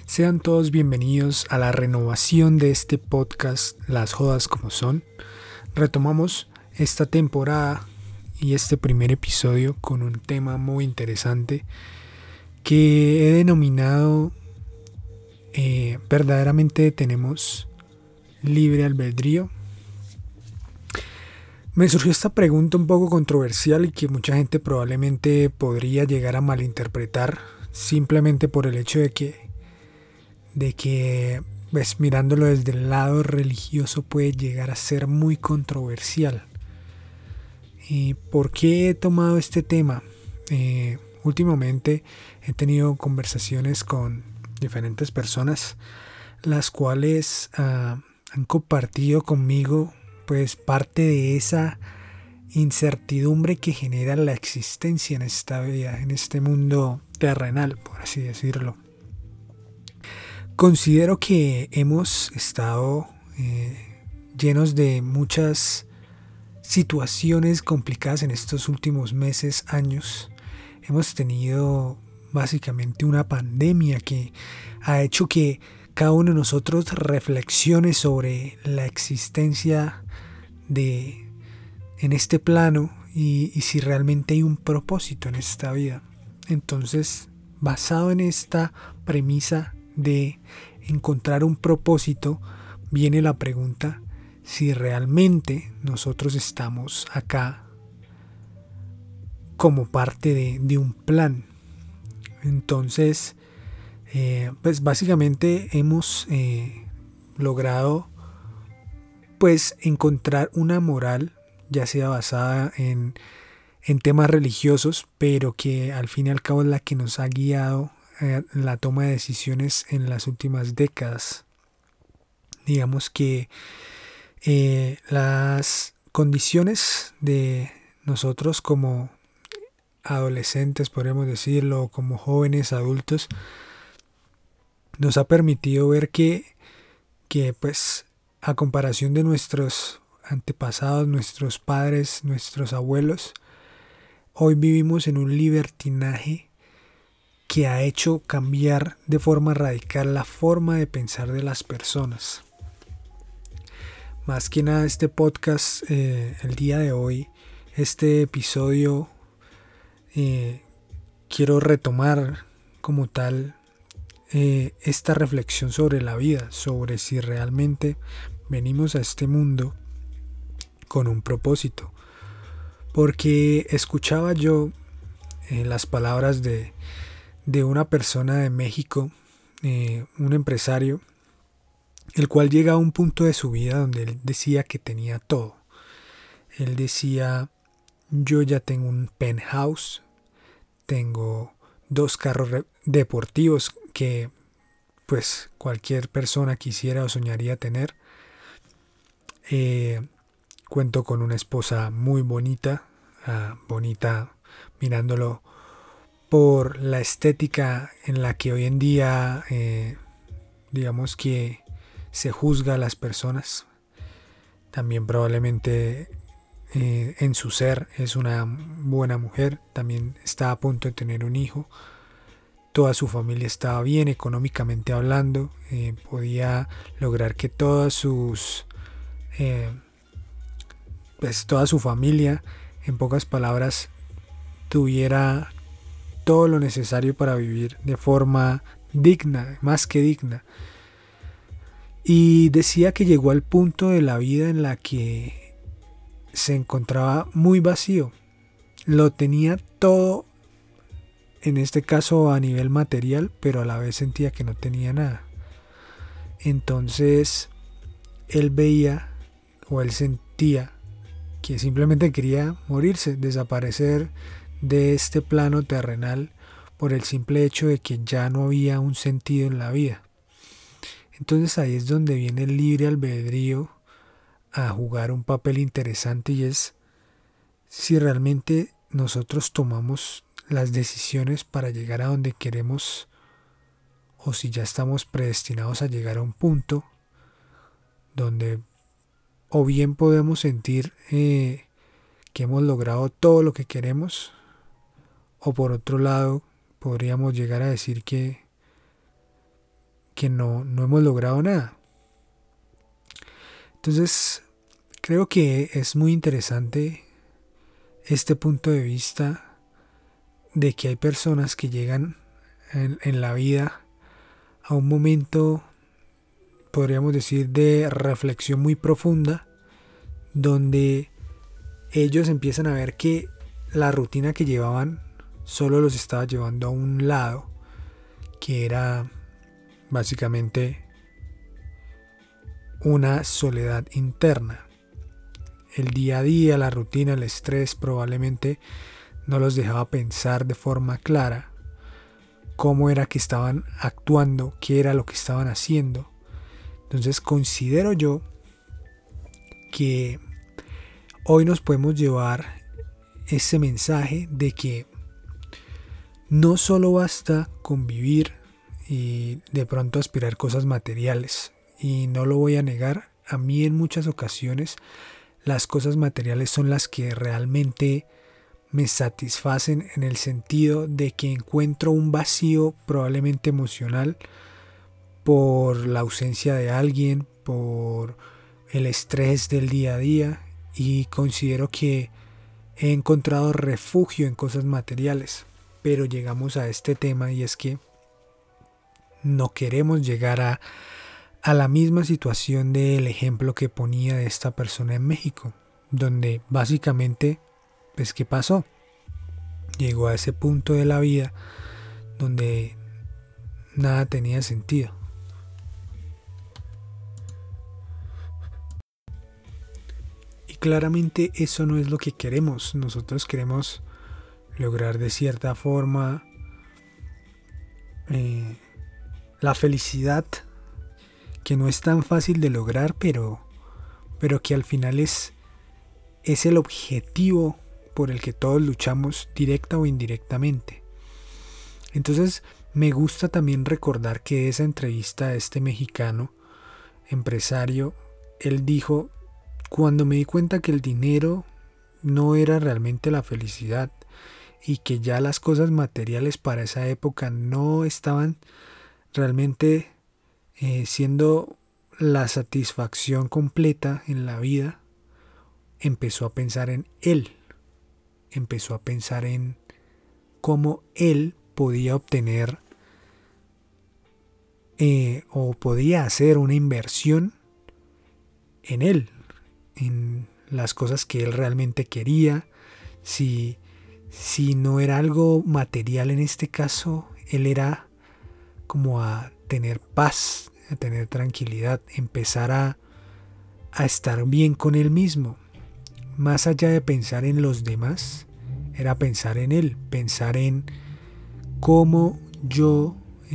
Sean todos bienvenidos a la renovación de este podcast Las Jodas como Son. Retomamos esta temporada y este primer episodio con un tema muy interesante que he denominado verdaderamente tenemos libre albedrío. Me surgió esta pregunta un poco controversial y que mucha gente probablemente podría llegar a malinterpretar simplemente por el hecho de que pues mirándolo desde el lado religioso puede llegar a ser muy controversial. ¿Y por qué he tomado este tema? Últimamente he tenido conversaciones con diferentes personas, las cuales han compartido conmigo pues parte de esa incertidumbre que genera la existencia en esta vida, en este mundo terrenal, por así decirlo. Considero que hemos estado llenos de muchas situaciones complicadas en estos últimos meses, años. Hemos tenido básicamente una pandemia que ha hecho que cada uno de nosotros reflexione sobre la existencia en este plano y si realmente hay un propósito en esta vida. Entonces, basado en esta premisa de encontrar un propósito, viene la pregunta si realmente nosotros estamos acá como parte de un plan. Entonces, pues básicamente hemos logrado pues encontrar una moral, ya sea basada en temas religiosos, pero que al fin y al cabo es la que nos ha guiado la toma de decisiones en las últimas décadas. Digamos que las condiciones de nosotros como adolescentes, podríamos decirlo, como jóvenes adultos, nos ha permitido ver que pues a comparación de nuestros antepasados, nuestros padres, nuestros abuelos, hoy vivimos en un libertinaje que ha hecho cambiar de forma radical la forma de pensar de las personas. Más que nada este podcast, el día de hoy, este episodio, quiero retomar como tal esta reflexión sobre la vida, sobre si realmente venimos a este mundo con un propósito. Porque escuchaba yo las palabras de una persona de México, un empresario, el cual llega a un punto de su vida donde él decía que tenía todo. Él decía, yo ya tengo un penthouse, tengo 2 carros deportivos que pues cualquier persona quisiera o soñaría tener. Cuento con una esposa muy bonita, bonita mirándolo por la estética en la que hoy en día digamos que se juzga a las personas. También probablemente en su ser es una buena mujer, también está a punto de tener un hijo. Toda su familia estaba bien económicamente hablando, podía lograr que pues toda su familia, en pocas palabras, tuviera todo lo necesario para vivir de forma digna, más que digna. Y decía que llegó al punto de la vida en la que se encontraba muy vacío. Lo tenía todo, en este caso a nivel material, pero a la vez sentía que no tenía nada. Entonces él veía o él sentía que simplemente quería morirse, desaparecer de este plano terrenal por el simple hecho de que ya no había un sentido en la vida. Entonces ahí es donde viene el libre albedrío a jugar un papel interesante, y es si realmente nosotros tomamos las decisiones para llegar a donde queremos o si ya estamos predestinados a llegar a un punto donde o bien podemos sentir que hemos logrado todo lo que queremos, o por otro lado podríamos llegar a decir que que no hemos logrado nada. Entonces, creo que es muy interesante este punto de vista de que hay personas que llegan en la vida a un momento, podríamos decir, de reflexión muy profunda, donde ellos empiezan a ver que la rutina que llevaban solo los estaba llevando a un lado, que era básicamente una soledad interna. El día a día, la rutina, el estrés probablemente no los dejaba pensar de forma clara cómo era que estaban actuando, qué era lo que estaban haciendo. Entonces considero yo que hoy nos podemos llevar ese mensaje de que no solo basta con vivir y de pronto aspirar cosas materiales. Y no lo voy a negar, a mí en muchas ocasiones las cosas materiales son las que realmente me satisfacen, en el sentido de que encuentro un vacío probablemente emocional por la ausencia de alguien, por el estrés del día a día, y considero que he encontrado refugio en cosas materiales. Pero llegamos a este tema, y es que no queremos llegar a la misma situación del ejemplo que ponía de esta persona en México, donde básicamente, pues, ¿qué pasó? Llegó a ese punto de la vida donde nada tenía sentido. Y claramente eso no es lo que queremos. Nosotros queremos lograr de cierta forma la felicidad, que no es tan fácil de lograr, pero que al final es el objetivo por el que todos luchamos, directa o indirectamente. Entonces me gusta también recordar que esa entrevista a este mexicano empresario, él dijo: cuando me di cuenta que el dinero no era realmente la felicidad, y que ya las cosas materiales para esa época no estaban realmente siendo la satisfacción completa en la vida, empezó a pensar en él, empezó a pensar en cómo él podía obtener o podía hacer una inversión en él, en las cosas que él realmente quería. Si no era algo material en este caso, él era como a tener paz, a tener tranquilidad, empezar a estar bien con él mismo. Más allá de pensar en los demás, era pensar en él, pensar en cómo yo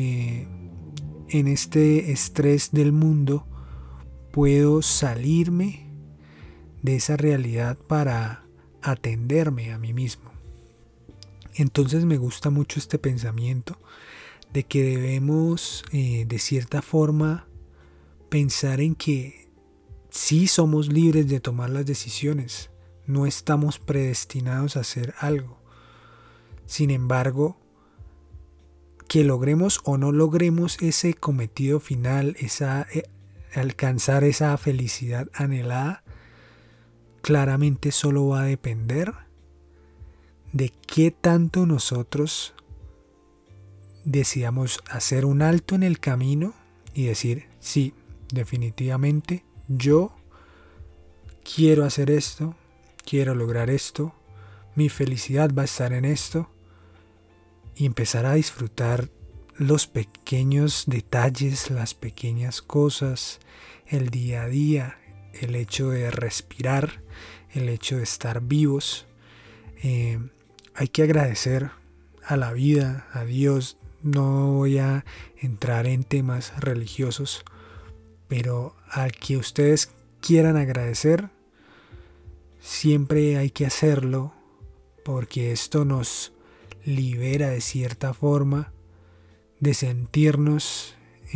en este estrés del mundo puedo salirme de esa realidad para atenderme a mí mismo. Entonces me gusta mucho este pensamiento de que debemos de cierta forma pensar en que sí somos libres de tomar las decisiones, no estamos predestinados a hacer algo. Sin embargo, que logremos o no logremos ese cometido final, alcanzar esa felicidad anhelada, claramente solo va a depender de qué tanto nosotros decidamos hacer un alto en el camino y decir: sí, definitivamente yo quiero hacer esto, quiero lograr esto, mi felicidad va a estar en esto, y empezar a disfrutar los pequeños detalles, las pequeñas cosas, el día a día, el hecho de respirar, el hecho de estar vivos. Hay que agradecer a la vida, a Dios. No voy a entrar en temas religiosos, pero al que ustedes quieran agradecer, siempre hay que hacerlo, porque esto nos libera de cierta forma de sentirnos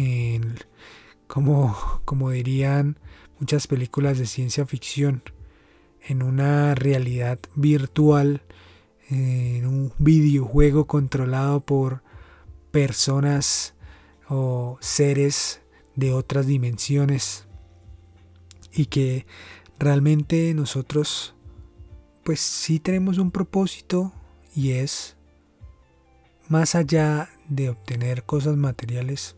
como dirían muchas películas de ciencia ficción, en una realidad virtual, en un videojuego controlado por personas o seres de otras dimensiones, y que realmente nosotros pues sí tenemos un propósito, y es más allá de obtener cosas materiales,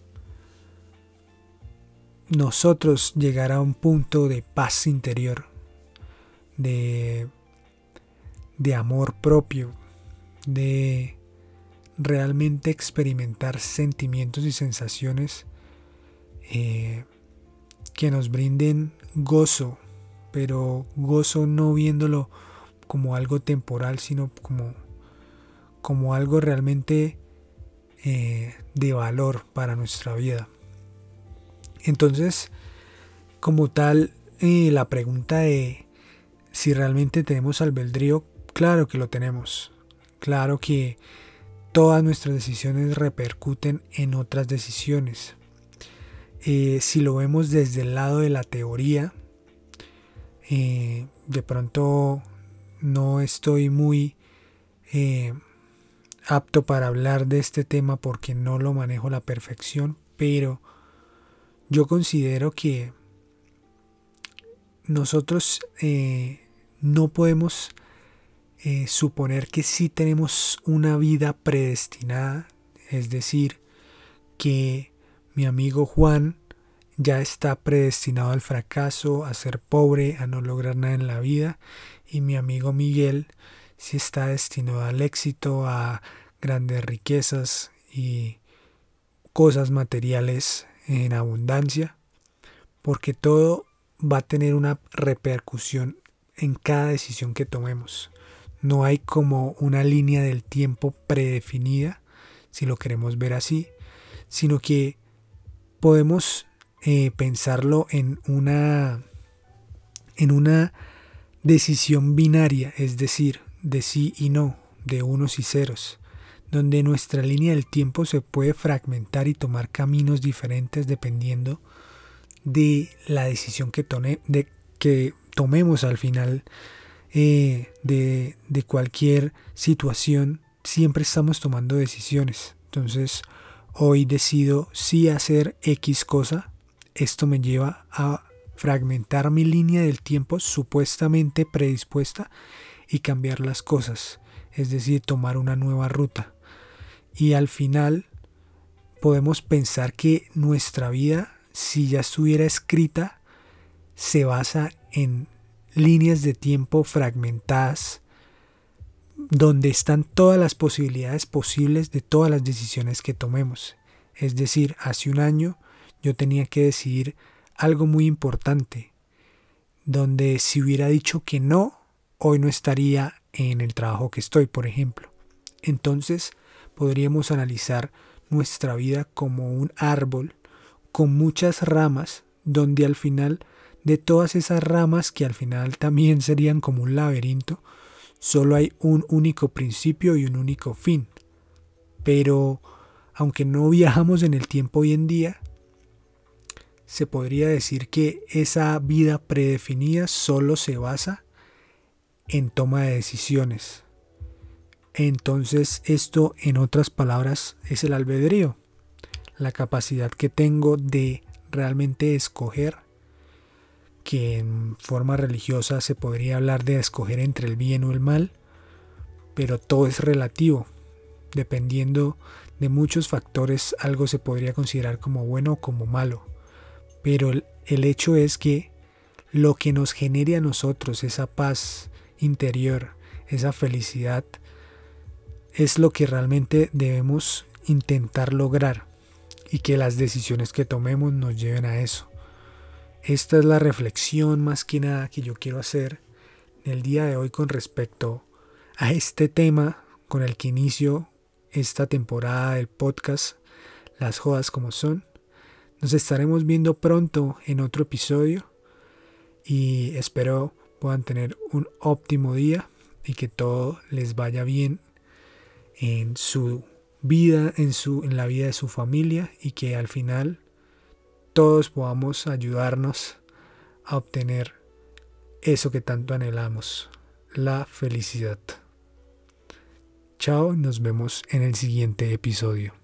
nosotros llegar a un punto de paz interior, de amor propio, de realmente experimentar sentimientos y sensaciones que nos brinden gozo, pero gozo no viéndolo como algo temporal, sino como algo realmente de valor para nuestra vida. Entonces, como tal, la pregunta de si realmente tenemos albedrío, claro que lo tenemos. Claro que todas nuestras decisiones repercuten en otras decisiones. Si lo vemos desde el lado de la teoría, de pronto no estoy muy apto para hablar de este tema porque no lo manejo a la perfección, pero yo considero que nosotros no podemos suponer que sí tenemos una vida predestinada, es decir, que mi amigo Juan ya está predestinado al fracaso, a ser pobre, a no lograr nada en la vida, y mi amigo Miguel sí está destinado al éxito, a grandes riquezas y cosas materiales en abundancia, porque todo va a tener una repercusión en cada decisión que tomemos. No hay como una línea del tiempo predefinida, si lo queremos ver así, sino que podemos pensarlo en una decisión binaria, es decir, de sí y no, de unos y ceros, donde nuestra línea del tiempo se puede fragmentar y tomar caminos diferentes dependiendo de la decisión que tomemos al final de cualquier situación. Siempre estamos tomando decisiones. Entonces, hoy decido sí hacer X cosa. Esto me lleva a fragmentar mi línea del tiempo supuestamente predispuesta y cambiar las cosas, es decir, tomar una nueva ruta. Y al final podemos pensar que nuestra vida, si ya estuviera escrita, se basa en líneas de tiempo fragmentadas, donde están todas las posibilidades posibles de todas las decisiones que tomemos. Es decir, hace un año yo tenía que decidir algo muy importante, donde si hubiera dicho que no, hoy no estaría en el trabajo que estoy, por ejemplo. Entonces, podríamos analizar nuestra vida como un árbol con muchas ramas, donde al final de todas esas ramas, que al final también serían como un laberinto, solo hay un único principio y un único fin. Pero aunque no viajamos en el tiempo hoy en día, se podría decir que esa vida predefinida solo se basa en toma de decisiones. Entonces esto, en otras palabras, es el albedrío, la capacidad que tengo de realmente escoger, que en forma religiosa se podría hablar de escoger entre el bien o el mal, pero todo es relativo. Dependiendo de muchos factores, algo se podría considerar como bueno o como malo. Pero el hecho es que lo que nos genere a nosotros esa paz interior, esa felicidad, es lo que realmente debemos intentar lograr, y que las decisiones que tomemos nos lleven a eso. Esta es la reflexión más que nada que yo quiero hacer en el día de hoy con respecto a este tema con el que inicio esta temporada del podcast, Las Jodas como Son. Nos estaremos viendo pronto en otro episodio y espero puedan tener un óptimo día y que todo les vaya bien en su vida, en la vida de su familia, y que al final todos podamos ayudarnos a obtener eso que tanto anhelamos, la felicidad. Chao, nos vemos en el siguiente episodio.